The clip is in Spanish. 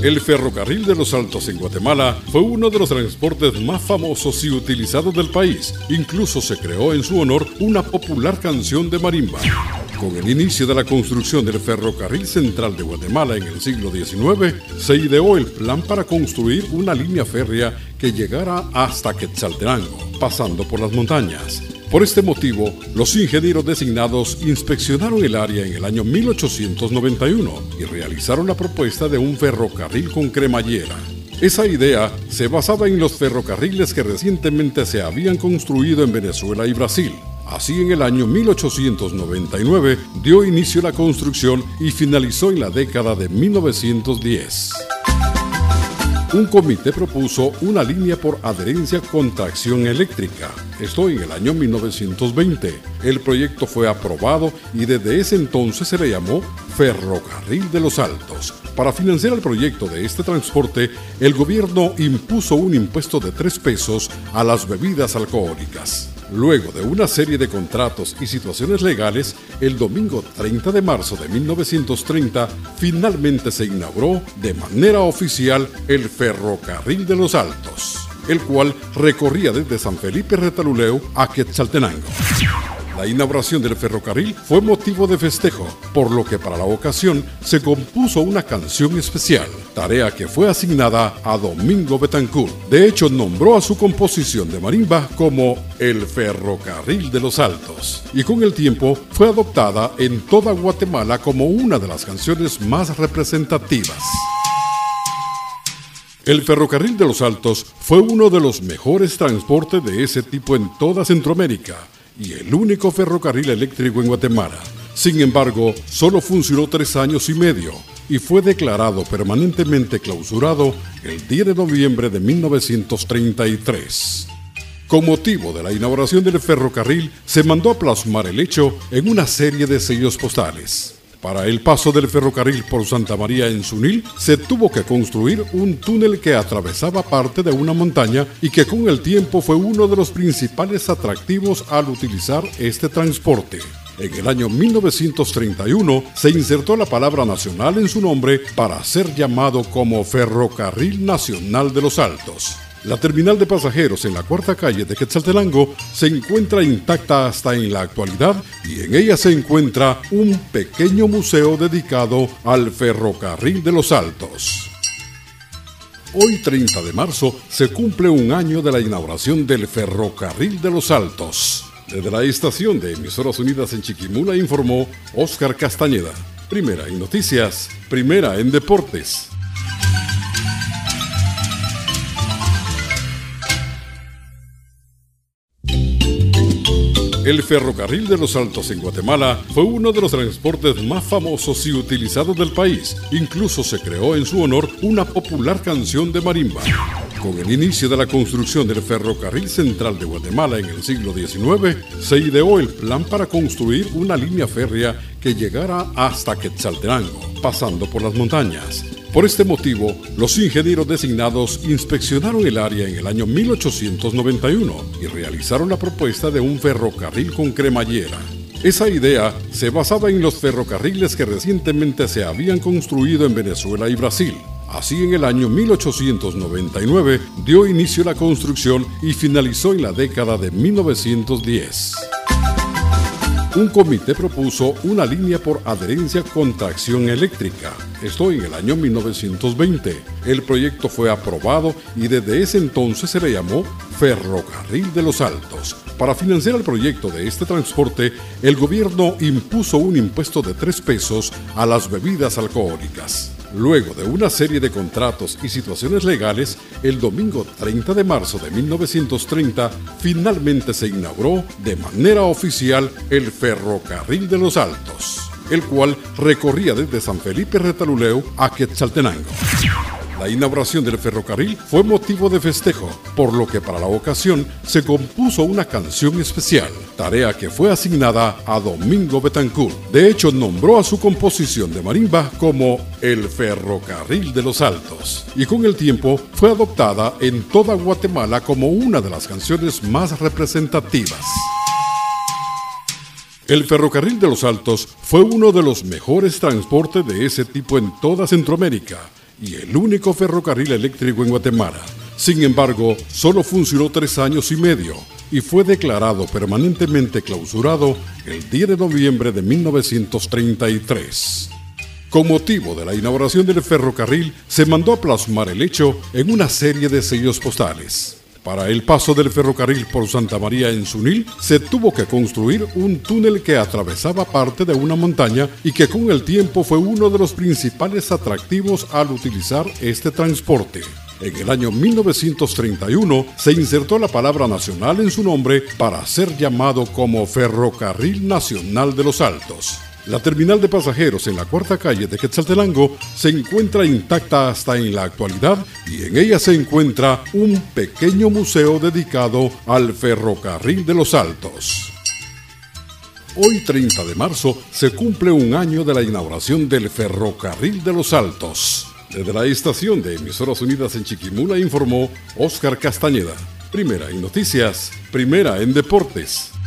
El ferrocarril de los Altos en Guatemala fue uno de los transportes más famosos y utilizados del país. Incluso se creó en su honor una popular canción de marimba. Con el inicio de la construcción del Ferrocarril Central de Guatemala en el siglo XIX, se ideó el plan para construir una línea férrea que llegara hasta Quetzaltenango, pasando por las montañas. Por este motivo, los ingenieros designados inspeccionaron el área en el año 1891 y realizaron la propuesta de un ferrocarril con cremallera. Esa idea se basaba en los ferrocarriles que recientemente se habían construido en Venezuela y Brasil. Así, en el año 1899 dio inicio la construcción y finalizó en la década de 1910. Un comité propuso una línea por adherencia con tracción eléctrica, esto en el año 1920. El proyecto fue aprobado y desde ese entonces se le llamó Ferrocarril de los Altos. Para financiar el proyecto de este transporte, el gobierno impuso un impuesto de 3 pesos a las bebidas alcohólicas. Luego de una serie de contratos y situaciones legales, el domingo 30 de marzo de 1930 finalmente se inauguró de manera oficial el Ferrocarril de los Altos, el cual recorría desde San Felipe Retaluleu a Quetzaltenango. La inauguración del ferrocarril fue motivo de festejo, por lo que para la ocasión se compuso una canción especial, tarea que fue asignada a Domingo Betancourt. De hecho, nombró a su composición de marimba como el Ferrocarril de los Altos, y con el tiempo fue adoptada en toda Guatemala como una de las canciones más representativas. El Ferrocarril de los Altos fue uno de los mejores transportes de ese tipo en toda Centroamérica, y el único ferrocarril eléctrico en Guatemala. Sin embargo, solo funcionó 3 años y medio y fue declarado permanentemente clausurado el 10 de noviembre de 1933. Con motivo de la inauguración del ferrocarril, se mandó a plasmar el hecho en una serie de sellos postales. Para el paso del ferrocarril por Santa María en Sunil, se tuvo que construir un túnel que atravesaba parte de una montaña y que con el tiempo fue uno de los principales atractivos al utilizar este transporte. En el año 1931 se insertó la palabra nacional en su nombre para ser llamado como Ferrocarril Nacional de los Altos. La terminal de pasajeros en la 4ª calle de Quetzaltenango se encuentra intacta hasta en la actualidad y en ella se encuentra un pequeño museo dedicado al Ferrocarril de los Altos. Hoy, 30 de marzo, se cumple un año de la inauguración del Ferrocarril de los Altos. Desde la estación de Emisoras Unidas en Chiquimula informó Óscar Castañeda. Primera en noticias, primera en deportes. El Ferrocarril de los Altos en Guatemala fue uno de los transportes más famosos y utilizados del país. Incluso se creó en su honor una popular canción de marimba. Con el inicio de la construcción del Ferrocarril Central de Guatemala en el siglo XIX, se ideó el plan para construir una línea férrea que llegara hasta Quetzaltenango, pasando por las montañas. Por este motivo, los ingenieros designados inspeccionaron el área en el año 1891 y realizaron la propuesta de un ferrocarril con cremallera. Esa idea se basaba en los ferrocarriles que recientemente se habían construido en Venezuela y Brasil. Así, en el año 1899 dio inicio la construcción y finalizó en la década de 1910. Un comité propuso una línea por adherencia con tracción eléctrica, esto en el año 1920. El proyecto fue aprobado y desde ese entonces se le llamó Ferrocarril de los Altos. Para financiar el proyecto de este transporte, el gobierno impuso un impuesto de 3 pesos a las bebidas alcohólicas. Luego de una serie de contratos y situaciones legales, el domingo 30 de marzo de 1930 finalmente se inauguró de manera oficial el Ferrocarril de los Altos, el cual recorría desde San Felipe Retaluleu a Quetzaltenango. La inauguración del ferrocarril fue motivo de festejo, por lo que para la ocasión se compuso una canción especial, tarea que fue asignada a Domingo Betancourt. De hecho, nombró a su composición de marimba como el Ferrocarril de los Altos, y con el tiempo fue adoptada en toda Guatemala como una de las canciones más representativas. El Ferrocarril de los Altos fue uno de los mejores transportes de ese tipo en toda Centroamérica, y el único ferrocarril eléctrico en Guatemala. Sin embargo, solo funcionó 3 años y medio y fue declarado permanentemente clausurado el 10 de noviembre de 1933. Con motivo de la inauguración del ferrocarril, se mandó a plasmar el hecho en una serie de sellos postales. Para el paso del ferrocarril por Santa María en Sunil, se tuvo que construir un túnel que atravesaba parte de una montaña y que con el tiempo fue uno de los principales atractivos al utilizar este transporte. En el año 1931 se insertó la palabra nacional en su nombre para ser llamado como Ferrocarril Nacional de los Altos. La terminal de pasajeros en la cuarta calle de Quetzaltenango se encuentra intacta hasta en la actualidad y en ella se encuentra un pequeño museo dedicado al Ferrocarril de los Altos. Hoy, 30 de marzo, se cumple un año de la inauguración del Ferrocarril de los Altos. Desde la estación de Emisoras Unidas en Chiquimula informó Óscar Castañeda. Primera en noticias, primera en deportes.